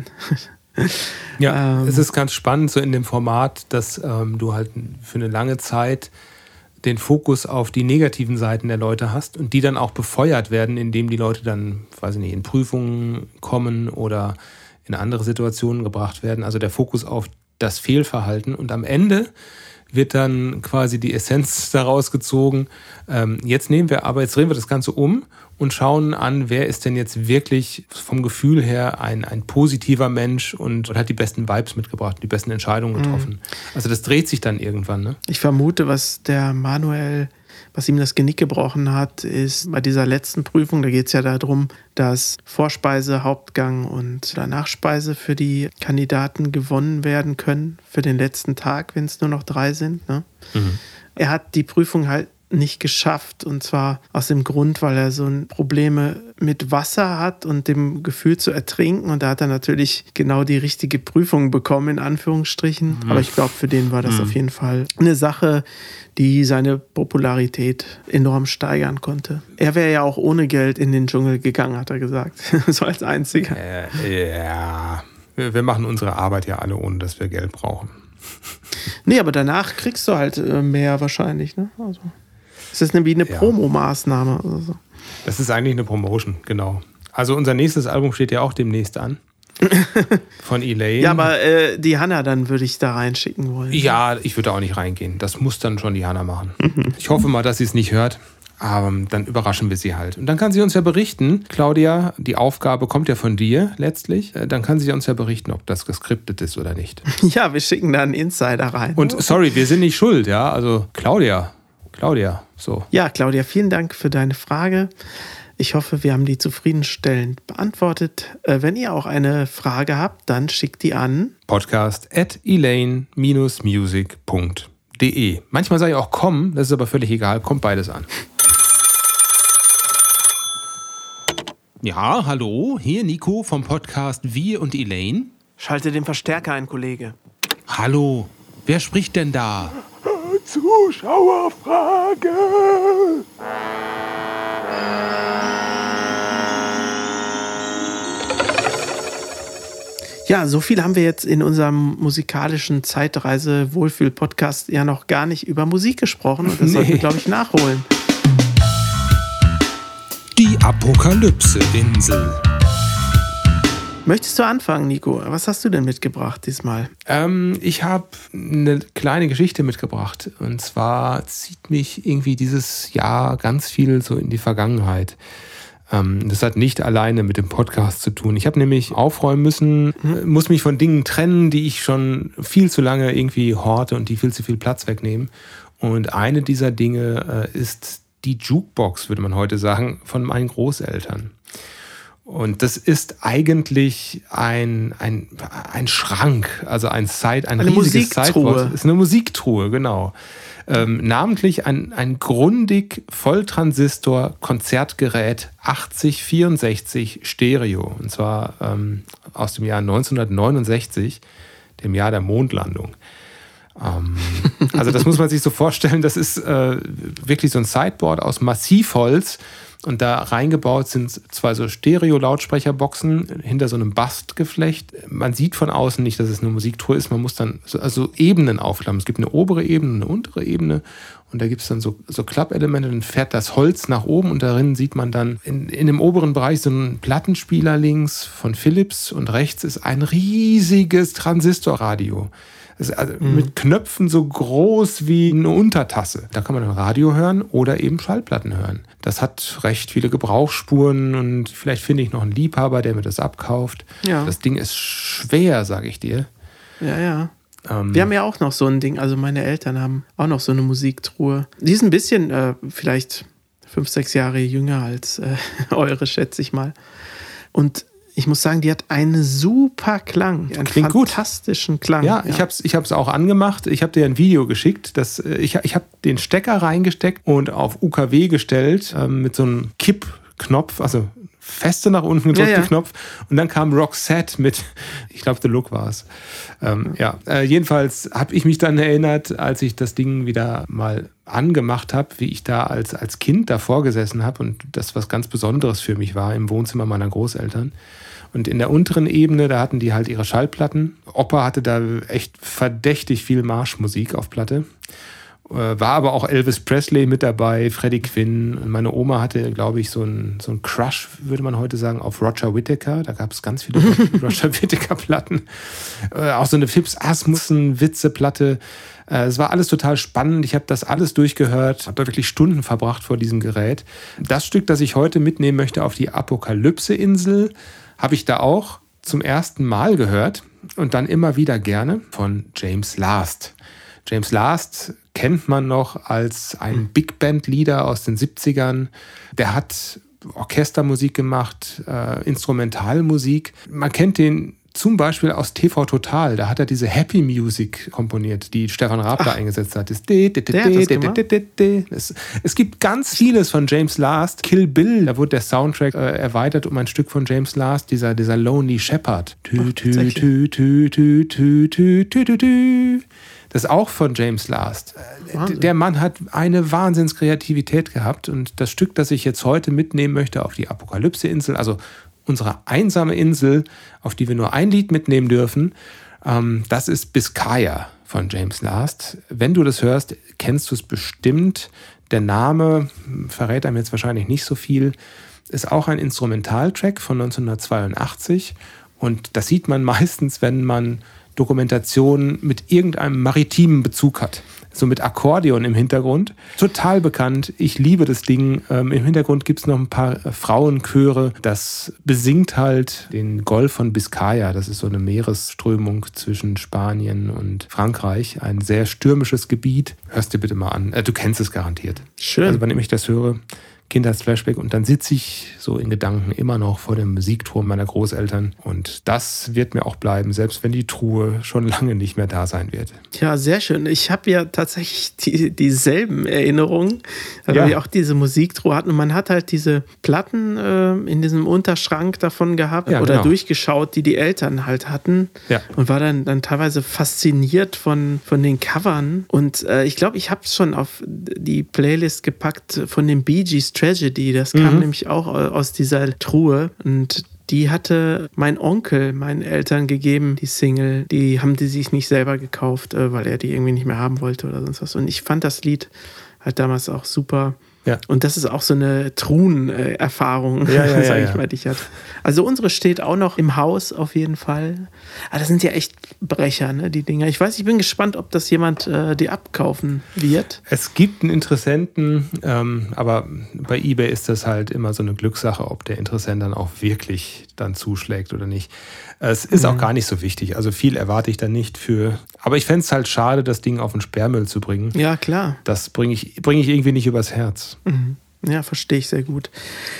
Ja, es ist ganz spannend so in dem Format, dass du halt für eine lange Zeit den Fokus auf die negativen Seiten der Leute hast und die dann auch befeuert werden, indem die Leute dann, weiß ich nicht, in Prüfungen kommen oder in andere Situationen gebracht werden. Also der Fokus auf das Fehlverhalten und am Ende wird dann quasi die Essenz daraus gezogen. Jetzt drehen wir das Ganze um und schauen an, wer ist denn jetzt wirklich vom Gefühl her ein positiver Mensch und hat die besten Vibes mitgebracht, die besten Entscheidungen getroffen. Also das dreht sich dann irgendwann, ne? Ich vermute, was ihm das Genick gebrochen hat, ist bei dieser letzten Prüfung, da geht es ja darum, dass Vorspeise, Hauptgang und Nachspeise für die Kandidaten gewonnen werden können für den letzten Tag, wenn es nur noch 3 sind. Ne? Er hat die Prüfung halt nicht geschafft und zwar aus dem Grund, weil er so Probleme mit Wasser hat und dem Gefühl zu ertrinken und da hat er natürlich genau die richtige Prüfung bekommen, in Anführungsstrichen. Aber ich glaube, für den war das auf jeden Fall eine Sache, die seine Popularität enorm steigern konnte. Er wäre ja auch ohne Geld in den Dschungel gegangen, hat er gesagt. So als Einziger. Ja, wir machen unsere Arbeit ja alle, ohne dass wir Geld brauchen. Nee, aber danach kriegst du halt mehr wahrscheinlich, ne? Also es ist wie eine Promo-Maßnahme oder so. Das ist eigentlich eine Promotion, genau. Also unser nächstes Album steht ja auch demnächst an. Von Elaine. Ja, aber die Hanna dann würde ich da reinschicken wollen. Ja, ich würde auch nicht reingehen. Das muss dann schon die Hanna machen. Ich hoffe mal, dass sie es nicht hört. Aber dann überraschen wir sie halt. Und dann kann sie uns ja berichten, Claudia, die Aufgabe kommt ja von dir letztlich. Dann kann sie uns ja berichten, ob das geskriptet ist oder nicht. Ja, wir schicken da einen Insider rein. Und sorry, wir sind nicht schuld, ja. Also Claudia, so. Ja, Claudia, vielen Dank für deine Frage. Ich hoffe, wir haben die zufriedenstellend beantwortet. Wenn ihr auch eine Frage habt, dann schickt die an podcast@elaine-music.de. Manchmal sage ich auch komm, das ist aber völlig egal, kommt beides an. Ja, hallo, hier Nico vom Podcast Wir und Elaine. Schalte den Verstärker ein, Kollege. Hallo, wer spricht denn da? Zuschauerfrage. Ja, so viel haben wir jetzt in unserem musikalischen Zeitreise-Wohlfühl-Podcast ja noch gar nicht über Musik gesprochen. Und das sollten wir, glaube ich, nachholen. Die Apokalypse-Insel. Möchtest du anfangen, Nico? Was hast du denn mitgebracht diesmal? Ich habe eine kleine Geschichte mitgebracht. Und zwar zieht mich irgendwie dieses Jahr ganz viel so in die Vergangenheit. Das hat nicht alleine mit dem Podcast zu tun. Ich habe nämlich aufräumen müssen, muss mich von Dingen trennen, die ich schon viel zu lange irgendwie horte und die viel zu viel Platz wegnehmen. Und eine dieser Dinge ist die Jukebox, würde man heute sagen, von meinen Großeltern. Und das ist eigentlich ein Schrank, also ein riesiges Sideboard. Das ist eine Musiktruhe, genau. Namentlich ein Grundig Volltransistor-Konzertgerät 8064 Stereo. Und zwar aus dem Jahr 1969, dem Jahr der Mondlandung. Also das muss man sich so vorstellen, das ist wirklich so ein Sideboard aus Massivholz. Und da reingebaut sind zwei so Stereo-Lautsprecherboxen hinter so einem Bastgeflecht. Man sieht von außen nicht, dass es eine Musiktruhe ist. Man muss dann also Ebenen aufklappen. Es gibt eine obere Ebene, eine untere Ebene. Und da gibt es dann so Klappelemente. Dann fährt das Holz nach oben und darin sieht man dann in dem oberen Bereich so einen Plattenspieler links von Philips. Und rechts ist ein riesiges Transistorradio. Also mit Knöpfen so groß wie eine Untertasse. Da kann man dann Radio hören oder eben Schallplatten hören. Das hat recht viele Gebrauchsspuren und vielleicht finde ich noch einen Liebhaber, der mir das abkauft. Ja. Das Ding ist schwer, sage ich dir. Ja. Wir haben ja auch noch so ein Ding, also meine Eltern haben auch noch so eine Musiktruhe. Die ist ein bisschen vielleicht 5-6 Jahre jünger als eure, schätze ich mal. Und ich muss sagen, die hat einen super Klang, einen fantastischen Klang. Ja, ich hab's auch angemacht. Ich habe dir ein Video geschickt. Ich habe den Stecker reingesteckt und auf UKW gestellt mit so einem Kippknopf, also feste nach unten gedrückte Knopf. Und dann kam Roxette mit, ich glaube, The Look war es. Jedenfalls habe ich mich dann erinnert, als ich das Ding wieder mal angemacht habe, wie ich da als Kind davor gesessen habe und das was ganz Besonderes für mich war im Wohnzimmer meiner Großeltern. Und in der unteren Ebene, da hatten die halt ihre Schallplatten. Opa hatte da echt verdächtig viel Marschmusik auf Platte. War aber auch Elvis Presley mit dabei, Freddie Quinn. Und meine Oma hatte, glaube ich, so ein Crush, würde man heute sagen, auf Roger Whittaker. Da gab es ganz viele Roger Whittaker-Platten. Auch so eine Phipps Asmussen-Witze-Platte. Es war alles total spannend. Ich habe das alles durchgehört, habe da wirklich Stunden verbracht vor diesem Gerät. Das Stück, das ich heute mitnehmen möchte auf die Apokalypse-Insel, habe ich da auch zum ersten Mal gehört und dann immer wieder gerne von James Last. James Last kennt man noch als ein Big Band-Leader aus den 70ern. Der hat Orchestermusik gemacht, Instrumentalmusik. Man kennt den zum Beispiel aus TV Total. Da hat er diese Happy Music komponiert, die Stefan Raab da eingesetzt hat. Es gibt ganz vieles von James Last. Kill Bill, da wurde der Soundtrack erweitert um ein Stück von James Last, dieser Lonely Shepherd. Das ist auch von James Last. Der Mann hat eine Wahnsinnskreativität gehabt und das Stück, das ich jetzt heute mitnehmen möchte auf die Apokalypse-Insel, also unsere einsame Insel, auf die wir nur ein Lied mitnehmen dürfen, das ist Biscaya von James Last. Wenn du das hörst, kennst du es bestimmt. Der Name verrät einem jetzt wahrscheinlich nicht so viel. Ist auch ein Instrumentaltrack von 1982 und das sieht man meistens, wenn man Dokumentationen mit irgendeinem maritimen Bezug hat. So mit Akkordeon im Hintergrund. Total bekannt. Ich liebe das Ding. Im Hintergrund gibt es noch ein paar Frauenchöre. Das besingt halt den Golf von Biscaya. Das ist so eine Meeresströmung zwischen Spanien und Frankreich. Ein sehr stürmisches Gebiet. Hörst dir bitte mal an. Du kennst es garantiert. Schön. Also wenn ich das höre, Kindheitsflashback und dann sitze ich so in Gedanken immer noch vor dem Musikturm meiner Großeltern und das wird mir auch bleiben, selbst wenn die Truhe schon lange nicht mehr da sein wird. Ja, sehr schön. Ich habe ja tatsächlich dieselben Erinnerungen, weil wir auch diese Musiktruhe hatten und man hat halt diese Platten in diesem Unterschrank davon gehabt oder durchgeschaut, die Eltern halt hatten und war dann teilweise fasziniert von den Covern und ich glaube, ich habe es schon auf die Playlist gepackt von den Bee Gees Tragedy, das kam nämlich auch aus dieser Truhe und Die hatte mein Onkel meinen Eltern gegeben, die Single. Die haben die sich nicht selber gekauft, weil er die irgendwie nicht mehr haben wollte oder sonst was. Und ich fand das Lied halt damals auch super. Ja. Und das ist auch so eine Truhen-Erfahrung, sage ich mal, die ich hatte. Also unsere steht auch noch im Haus auf jeden Fall. Aber das sind ja echt Brecher, ne, die Dinger. Ich bin gespannt, ob das jemand die abkaufen wird. Es gibt einen Interessenten, aber bei eBay ist das halt immer so eine Glückssache, ob der Interessent dann auch wirklich dann zuschlägt oder nicht. Es ist auch gar nicht so wichtig. Also viel erwarte ich da nicht für. Aber ich fände es halt schade, das Ding auf den Sperrmüll zu bringen. Ja, klar. Das bring ich irgendwie nicht übers Herz. Mhm. Ja, verstehe ich sehr gut.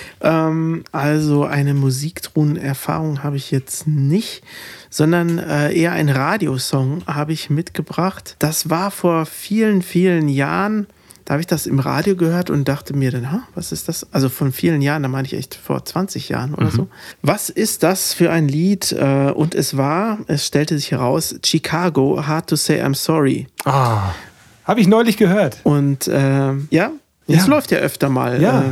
Also eine Musiktruhen-Erfahrung habe ich jetzt nicht, sondern eher ein Radiosong habe ich mitgebracht. Das war vor vielen, vielen Jahren. Da habe ich das im Radio gehört und dachte mir dann, was ist das? Also von vielen Jahren, da meine ich echt vor 20 Jahren oder so. Was ist das für ein Lied? Und es stellte sich heraus, Chicago, Hard to Say I'm Sorry. Habe ich neulich gehört. Und es läuft ja öfter mal. Ja.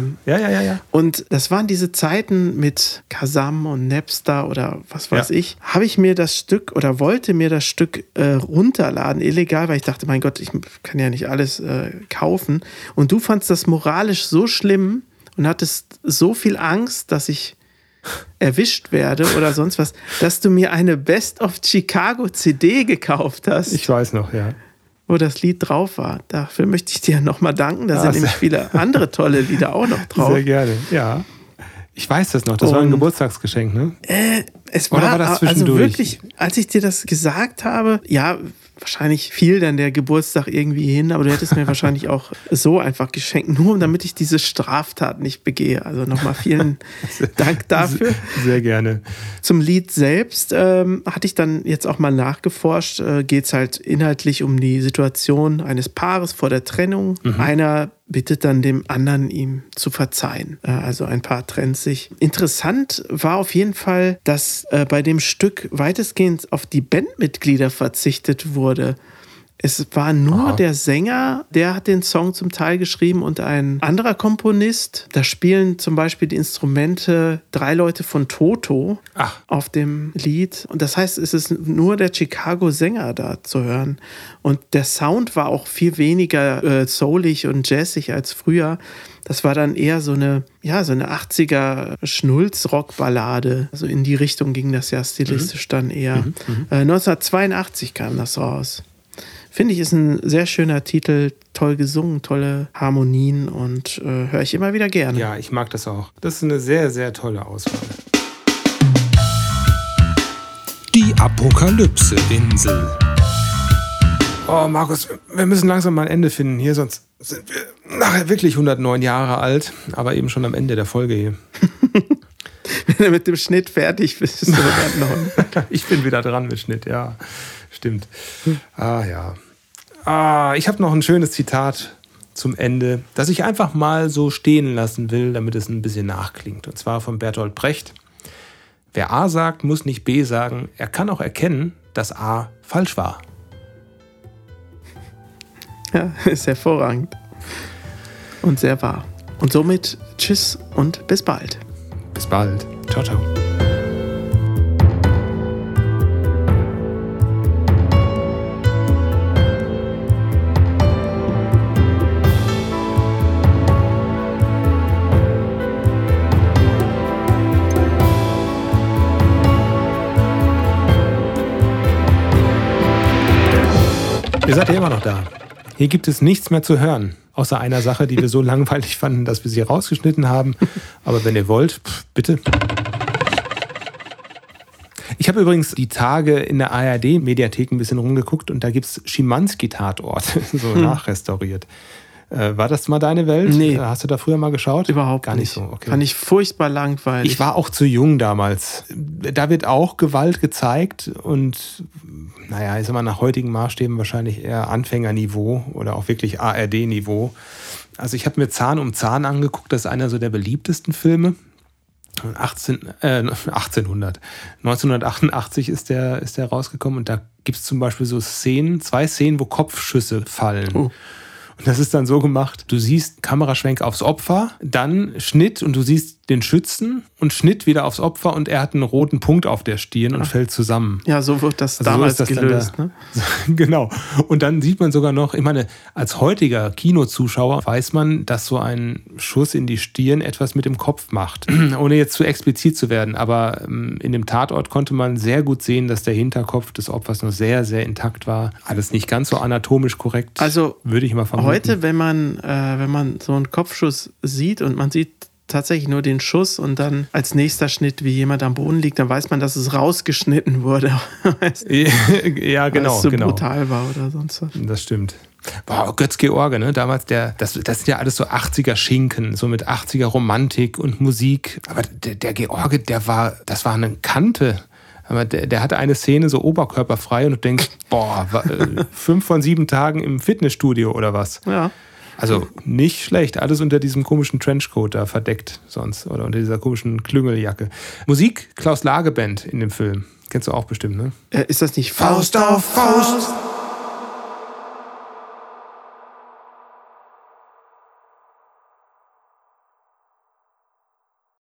Und das waren diese Zeiten mit Kazam und Napster oder was weiß ich. Habe ich mir das Stück oder wollte mir das Stück runterladen, illegal, weil ich dachte, mein Gott, ich kann ja nicht alles kaufen. Und du fandst das moralisch so schlimm und hattest so viel Angst, dass ich erwischt werde oder sonst was, dass du mir eine Best of Chicago CD gekauft hast. Ich weiß noch, ja. Wo das Lied drauf war. Dafür möchte ich dir nochmal danken. Da sind nämlich viele andere tolle Lieder auch noch drauf. Sehr gerne, ja. Ich weiß das noch, das war ein Geburtstagsgeschenk, ne? Es war das also wirklich, als ich dir das gesagt habe, ja, wahrscheinlich fiel dann der Geburtstag irgendwie hin, aber du hättest mir wahrscheinlich auch so einfach geschenkt, nur damit ich diese Straftat nicht begehe. Also nochmal vielen Dank dafür. Sehr gerne. Zum Lied selbst hatte ich dann jetzt auch mal nachgeforscht. Geht es halt inhaltlich um die Situation eines Paares vor der Trennung. Einer bittet dann dem anderen, ihm zu verzeihen. Also ein Paar trennt sich. Interessant war auf jeden Fall, dass bei dem Stück weitestgehend auf die Bandmitglieder verzichtet wurde. Es war nur der Sänger, der hat den Song zum Teil geschrieben und ein anderer Komponist. Da spielen zum Beispiel die Instrumente 3 Leute von Toto auf dem Lied. Und das heißt, es ist nur der Chicago-Sänger da zu hören. Und der Sound war auch viel weniger soulig und jazzig als früher. Das war dann eher so eine 80er Schnulz-Rock-Ballade. Also in die Richtung ging das ja stilistisch dann eher. 1982 kam das raus. Finde ich, ist ein sehr schöner Titel, toll gesungen, tolle Harmonien und höre ich immer wieder gerne. Ja, ich mag das auch. Das ist eine sehr, sehr tolle Auswahl. Die Apokalypse-Insel. Oh, Markus, wir müssen langsam mal ein Ende finden hier, sonst sind wir nachher wirklich 109 Jahre alt, aber eben schon am Ende der Folge hier. Wenn du mit dem Schnitt fertig bist, bist du 109. Ich bin wieder dran mit Schnitt, ja. Stimmt. Ich habe noch ein schönes Zitat zum Ende, das ich einfach mal so stehen lassen will, damit es ein bisschen nachklingt. Und zwar von Bertolt Brecht. Wer A sagt, muss nicht B sagen. Er kann auch erkennen, dass A falsch war. Ja, ist hervorragend. Und sehr wahr. Und somit tschüss und bis bald. Bis bald. Ciao, ciao. Ihr seid ja immer noch da. Hier gibt es nichts mehr zu hören, außer einer Sache, die wir so langweilig fanden, dass wir sie rausgeschnitten haben. Aber wenn ihr wollt, bitte. Ich habe übrigens die Tage in der ARD-Mediathek ein bisschen rumgeguckt und da gibt es Schimanski-Tatort, so nachrestauriert. War das mal deine Welt? Nee. Hast du da früher mal geschaut? Überhaupt gar nicht so. Okay. Fand ich furchtbar langweilig. Ich war auch zu jung damals. Da wird auch Gewalt gezeigt und naja, ich sag mal, nach heutigen Maßstäben wahrscheinlich eher Anfängerniveau oder auch wirklich ARD-Niveau. Also ich habe mir Zahn um Zahn angeguckt, das ist einer so der beliebtesten Filme. 1988 ist der rausgekommen und da gibt es zum Beispiel so Szenen, 2 Szenen, wo Kopfschüsse fallen. Oh. Und das ist dann so gemacht, du siehst Kameraschwenk aufs Opfer, dann Schnitt und du siehst den Schützen und Schnitt wieder aufs Opfer und er hat einen roten Punkt auf der Stirn und fällt zusammen. Ja, so wird das damals gelöst. Ne? Genau. Und dann sieht man sogar noch, ich meine, als heutiger Kinozuschauer weiß man, dass so ein Schuss in die Stirn etwas mit dem Kopf macht. Ohne jetzt zu explizit zu werden. Aber in dem Tatort konnte man sehr gut sehen, dass der Hinterkopf des Opfers noch sehr, sehr intakt war. Alles nicht ganz so anatomisch korrekt, also würde ich mal vermuten. Heute, wenn man so einen Kopfschuss sieht und man sieht tatsächlich nur den Schuss und dann als nächster Schnitt, wie jemand am Boden liegt, dann weiß man, dass es rausgeschnitten wurde. Ja, genau. Weil es so genau. brutal war oder sonst was. Das stimmt. Wow, Götz-George, ne? Damals das sind ja alles so 80er-Schinken, so mit 80er-Romantik und Musik. Aber der George, das war eine Kante. Aber der hatte eine Szene so oberkörperfrei und du denkst, 5 von 7 Tagen im Fitnessstudio oder was? Ja. Also nicht schlecht, alles unter diesem komischen Trenchcoat da verdeckt sonst oder unter dieser komischen Klüngeljacke. Musik, Klaus Lage Band in dem Film. Kennst du auch bestimmt, ne? Ist das nicht Faust auf Faust?